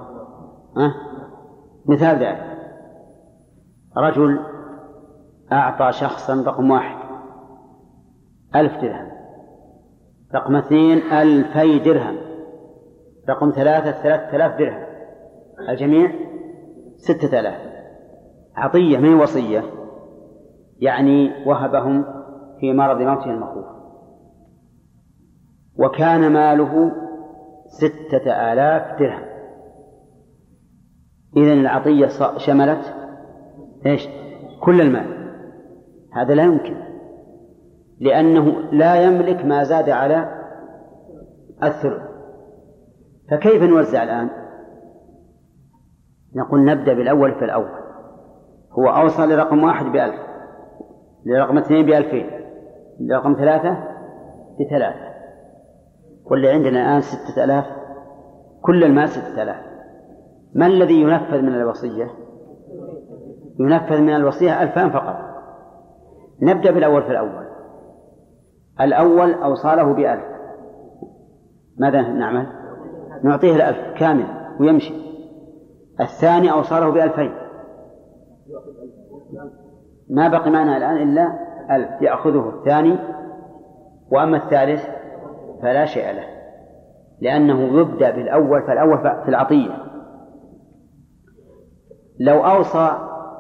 مثال ذلك: رجل أعطى شخصا رقم 1 1000 درهم، رقم 2 2000 درهم، رقم 3 3000 درهم، الجميع 6000. عطية من وصية، يعني وهبهم في مرض موته المخوف، وكان ماله 6000 درهم. إذن العطية شملت كل المال. هذا لا يمكن، لأنه لا يملك ما زاد على الثلث. فكيف نوزع الآن؟ نقول نبدأ بالأول فالأول. هو أوصى لرقم 1 ب1000 لرقم 2 ب2000، لرقم 3 ب3، واللي عندنا الآن 6000، كل المال 6000. ما الذي ينفذ من الوصية؟ ينفذ من الوصية 2000 فقط. نبدأ بالأول. في الأول أوصاله ب1000، ماذا نعمل؟ نعطيه 1000 كامل ويمشي. الثاني أوصاله ب2000، ما بقي معنا الآن إلا 1000 يأخذه الثاني. وأما الثالث فلا شيء له، لأنه يبدأ بالأول، فالأول في العطية. لو أوصى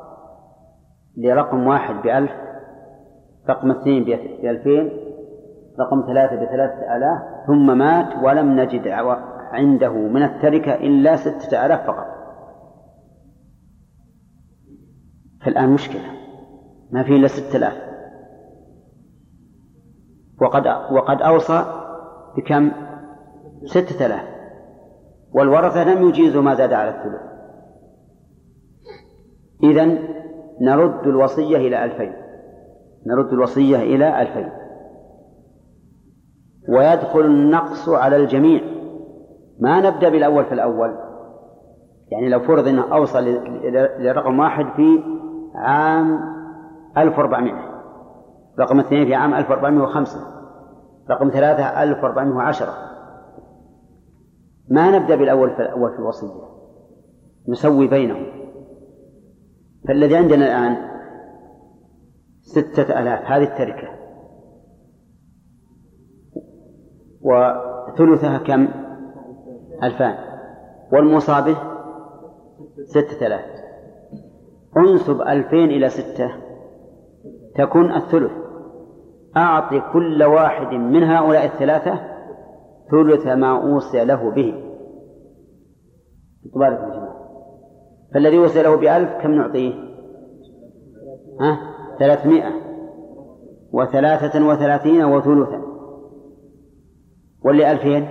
لرقم 1 ب1000، رقم 2 ب2000، رقم 3 ب3000، ثم مات ولم نجد عنده من التركة إلا 6000 فقط، فالآن مشكلة، ما فيه إلا 6000. وقد أوصى بكم؟ 6000، والورثة لم يجيزوا ما زاد على الثلث. إذن نرد الوصية إلى 2000، نرد الوصية إلى 2000، ويدخل النقص على الجميع. ما نبدأ بالأول في الأول. يعني لو فرض أنه أوصى لرقم 1 في عام 1400، رقم 2 في عام 1405، رقم 3 1410، ما نبدأ بالأول في الوصية، نسوي بينهم. فالذي عندنا الآن 6000 هذه التركة، وثلثها كم؟ 2000، والمصابه 6000. انسب 2000 إلى 6 تكون الثلث. أعطي كل واحد من هؤلاء الثلاثة ثلث ما أوصي له به. تبارك يا جماعة. فالذي أوصي له ب1000 كم نعطيه؟ 333 وثلثا. واللي 2000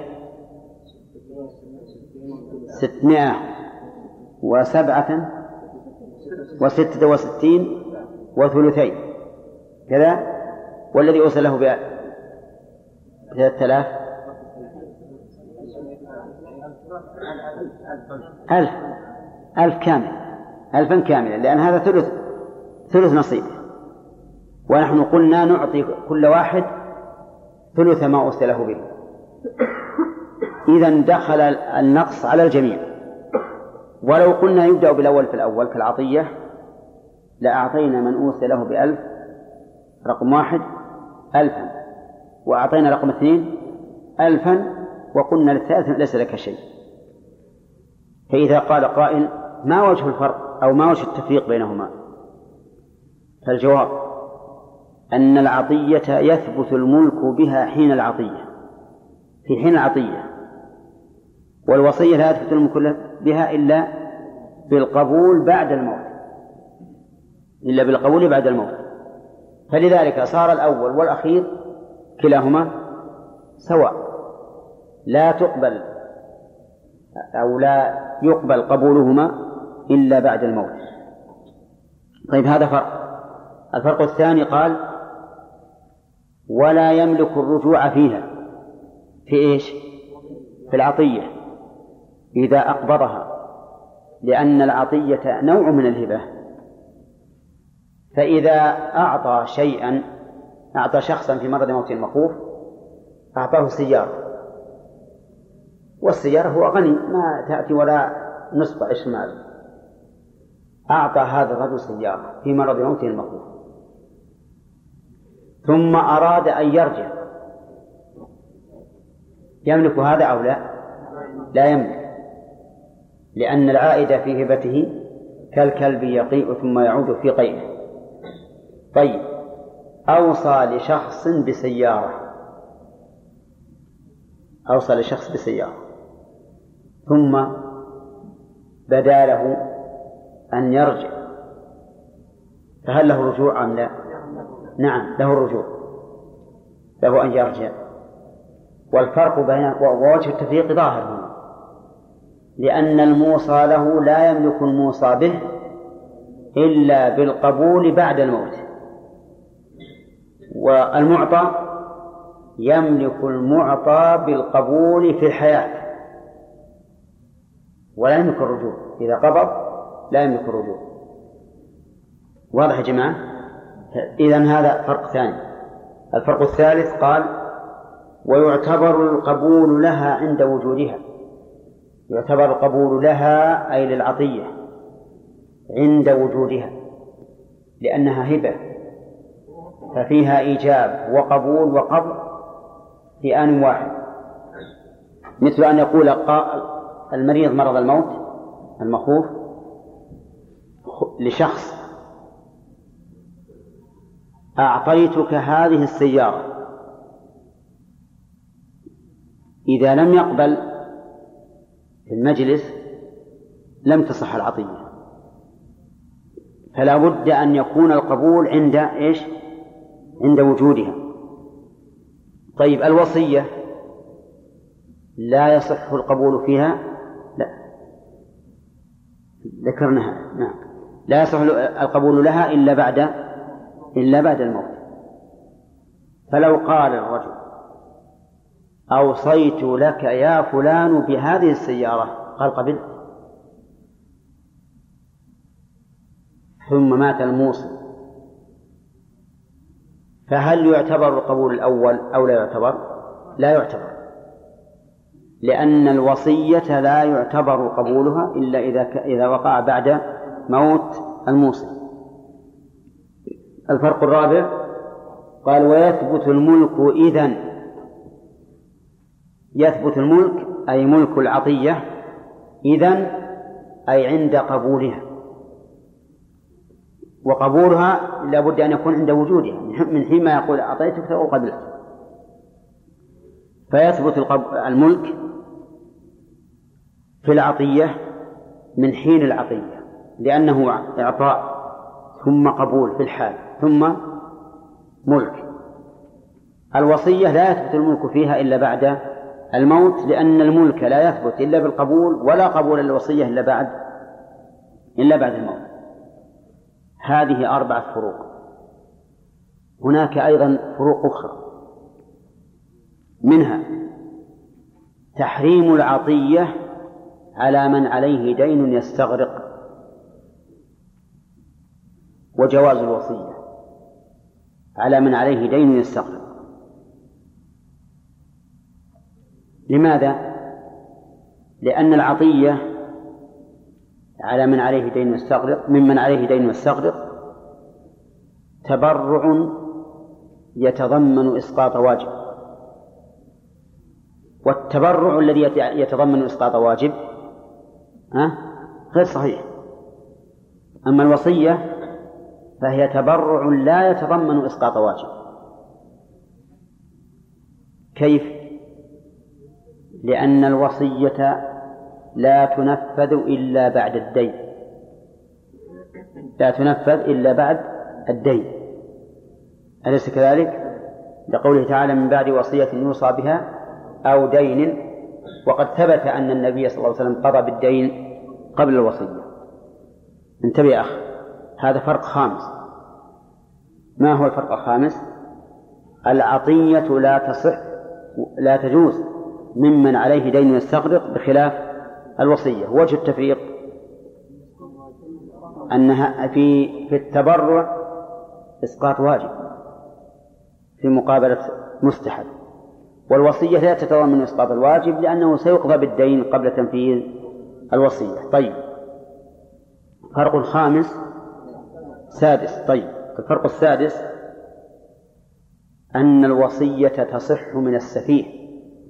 667 وثلثين كذا. والذي أوصى له ب3000 1000 كامل، 1000 كاملا، لأن هذا ثلث نصيبه. ونحن قلنا نعطي كل واحد ثلث ما أوصي له به. إذن دخل النقص على الجميع. ولو قلنا يبدأ بالأول في الأول كالعطية لأعطينا من أوصي له ب1000 رقم 1 1000، وأعطينا رقم 2 1000، وقلنا للثالث ليس لك شيء. فإذا قال قائل ما وجه الفرق أو ما وجه التفريق بينهما؟ فالجواب أن العطية يثبت الملك بها حين العطية، في حين العطية، والوصية لا يثبت الملك بها إلا بالقبول بعد الموت، إلا بالقبول بعد الموت. فلذلك صار الأول والأخير كلاهما سواء، لا تقبل أو لا يقبل قبولهما إلا بعد الموت. طيب هذا فرق. الفرق الثاني قال ولا يملك الرجوع فيها. في إيش؟ في العطية إذا أقبضها، لأن العطية نوع من الهبة. فإذا أعطى شيئا، أعطى شخصا في مرض موت مخوف، أعطاه سيارة، والسيارة هو غني ما تأتي ولا نصف عشر مال، أعطى هذا الرجل سيارة في مرض موته المخوف، ثم أراد أن يرجع، يملك هذا أو لا؟ لا يملك، لأن العائد في هبته كالكلب يقيء ثم يعود في قيئه. طيب أوصى لشخص بسيارة، أوصى لشخص بسيارة ثم بدا له أن يرجع، فهل له رجوع أم لا؟ نعم له الرجوع، له أن يرجع. والفرق بين ووجه التفريق ظاهر هنا، لأن الموصى له لا يملك الموصى به إلا بالقبول بعد الموت. والمعطى يملك المعطى بالقبول في الحياة ولا يملك الرجوع، إذا قبض لا يملك الرجوع. واضح يا جماعة؟ إذن هذا فرق ثاني. الفرق الثالث قال ويعتبر القبول لها عند وجودها. يعتبر القبول لها أي للعطية عند وجودها، لأنها هبة ففيها إيجاب وقبول وقبض في آن واحد، مثل أن يقول المريض مرض الموت المخوف لشخص أعطيتك هذه السيارة، إذا لم يقبل في المجلس لم تصح العطية، فلا بد أن يكون القبول عند إيش؟ عند وجودها. طيب الوصية لا يصح القبول فيها؟ لا، ذكرناها. نعم، لا يصح القبول لها إلا بعد الموت. فلو قال الرجل أوصيت لك يا فلان بهذه السيارة، قال قبلت، ثم مات الموصي، فهل يعتبر القبول الأول أو لا يعتبر؟ لا يعتبر، لأن الوصية لا يعتبر قبولها إلا إذا وقع بعد موت الموصي. الفرق الرابع قال ويثبت الملك إذن. يثبت الملك أي ملك العطية إذن أي عند قبولها، وقبولها لا بد أن يكون عند وجودها من حين ما يقول أعطيتك أو قبلت. فيثبت الملك في العطية من حين العطية، لأنه إعطاء ثم قبول في الحال ثم ملك. الوصية لا يثبت الملك فيها إلا بعد الموت، لأن الملك لا يثبت إلا بالقبول، ولا قبول الوصية إلا بعد الموت. هذه 4 فروق. هناك أيضا فروق أخرى، منها تحريم العطية على من عليه دين يستغرق، وجواز الوصية على من عليه دين يستغرق. لماذا؟ لأن العطية على من عليه دين يستغرق ممن عليه دين يستغرق تبرع يتضمن إسقاط واجب، والتبرع الذي يتضمن إسقاط واجب غير صحيح. أما الوصية فهي تبرع لا يتضمن إسقاط واجب. كيف؟ لأن الوصية لا تنفذ إلا بعد الدين، لا تنفذ إلا بعد الدين، أليس كذلك؟ لقوله تعالى من بعد وصية يوصى بها أو دين، وقد ثبت أن النبي صلى الله عليه وسلم قضى بالدين قبل الوصية. انتبه يا أخ، هذا فرق خامس. ما هو الفرق الخامس؟ العطية لا تجوز ممن عليه دين يستغرق بخلاف الوصية. وجه التفريق أنها في التبرع إسقاط واجب في مقابلة مستحب، والوصية لا تتضمن إسقاط الواجب لأنه سيقضى بالدين قبل تنفيذ الوصية. طيب، فرق سادس. طيب، الفرق السادس أن الوصية تصح من السفيه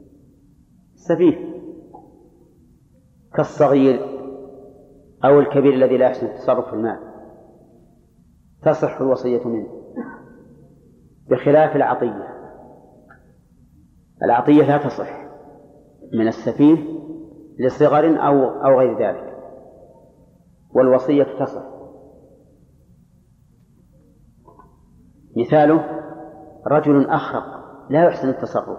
كالصغير أو الكبير الذي لا يحسن التصرف في المال، تصح الوصية منه، بخلاف العطية لا تصح من السفيه لصغر أو غير ذلك، والوصية تصح. مثاله رجل أخرق لا يحسن التصرف،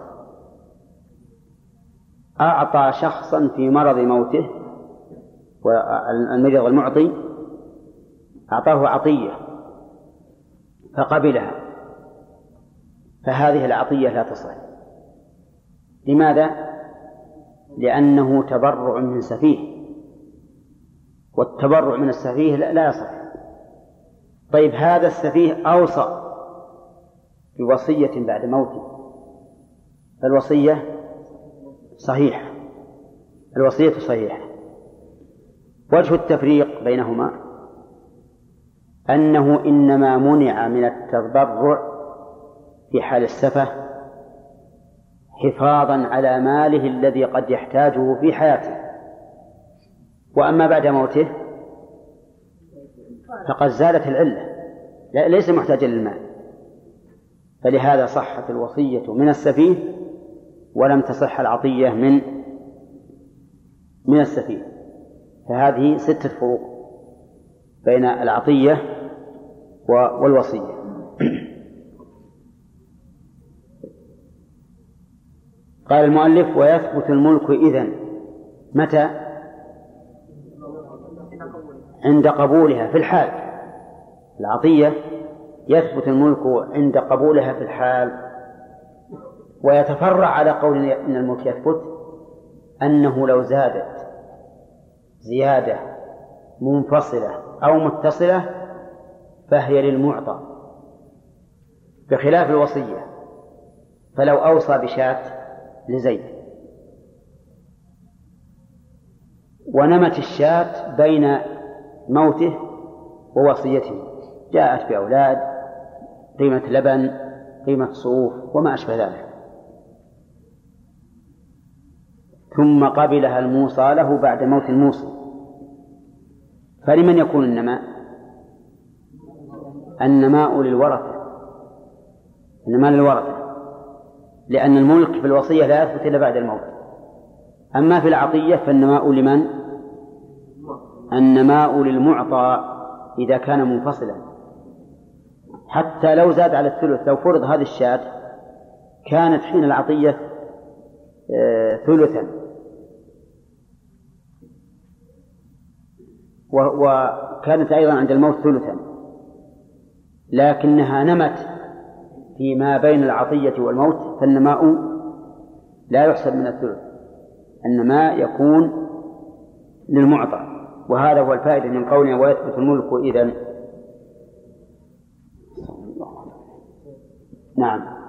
أعطى شخصا في مرض موته، والمريض المعطي أعطاه عطية فقبلها، فهذه العطية لا تصح. لماذا؟ لأنه تبرع من سفيه، والتبرع من السفيه لا يصح. طيب هذا السفيه أوصى بوصية بعد موته، فالوصية صحيحة، الوصية صحيحة. وجه التفريق بينهما أنه إنما منع من التبرع في حال السفه حفاظا على ماله الذي قد يحتاجه في حياته، وأما بعد موته فقد زالت العلة، ليس محتاجا للمال، فلهذا صحت الوصية من السفيه ولم تصح العطية من السفيه. فهذه 6 فروق بين العطية والوصية. قال المؤلف: ويثبت الملك إذن متى؟ عند قبولها في الحال. العطية يثبت الملك عند قبولها في الحال. ويتفرع على قول إن الملك يثبت أنه لو زادت زيادة منفصلة أو متصلة فهي للمعطى، بخلاف الوصية، فلو أوصى بشاة لزيد ونمت الشاة بين موته ووصيته، جاءت بأولاد، قيمة لبن، قيمة صوف وما أشبه ذلك، ثم قبلها الموصى له بعد موت الموصي، فلمن يكون النماء؟ النماء للورثة، النماء للورثة، لأن الملك في الوصية لا يثبت إلا بعد الموت. أما في العطية فالنماء لمن؟ النماء للمعطى إذا كان منفصلا، حتى لو زاد على الثلث، لو فرض هذه الشاة كانت حين العطية ثلثا، وكانت أيضا عند الموت ثلثا، لكنها نمت فيما بين العطية والموت، فالنماء لا يحسب من الثلث، النماء يكون للمعطى. وهذا هو الفائدة من قوله ويثبت الملك إذن. نعم.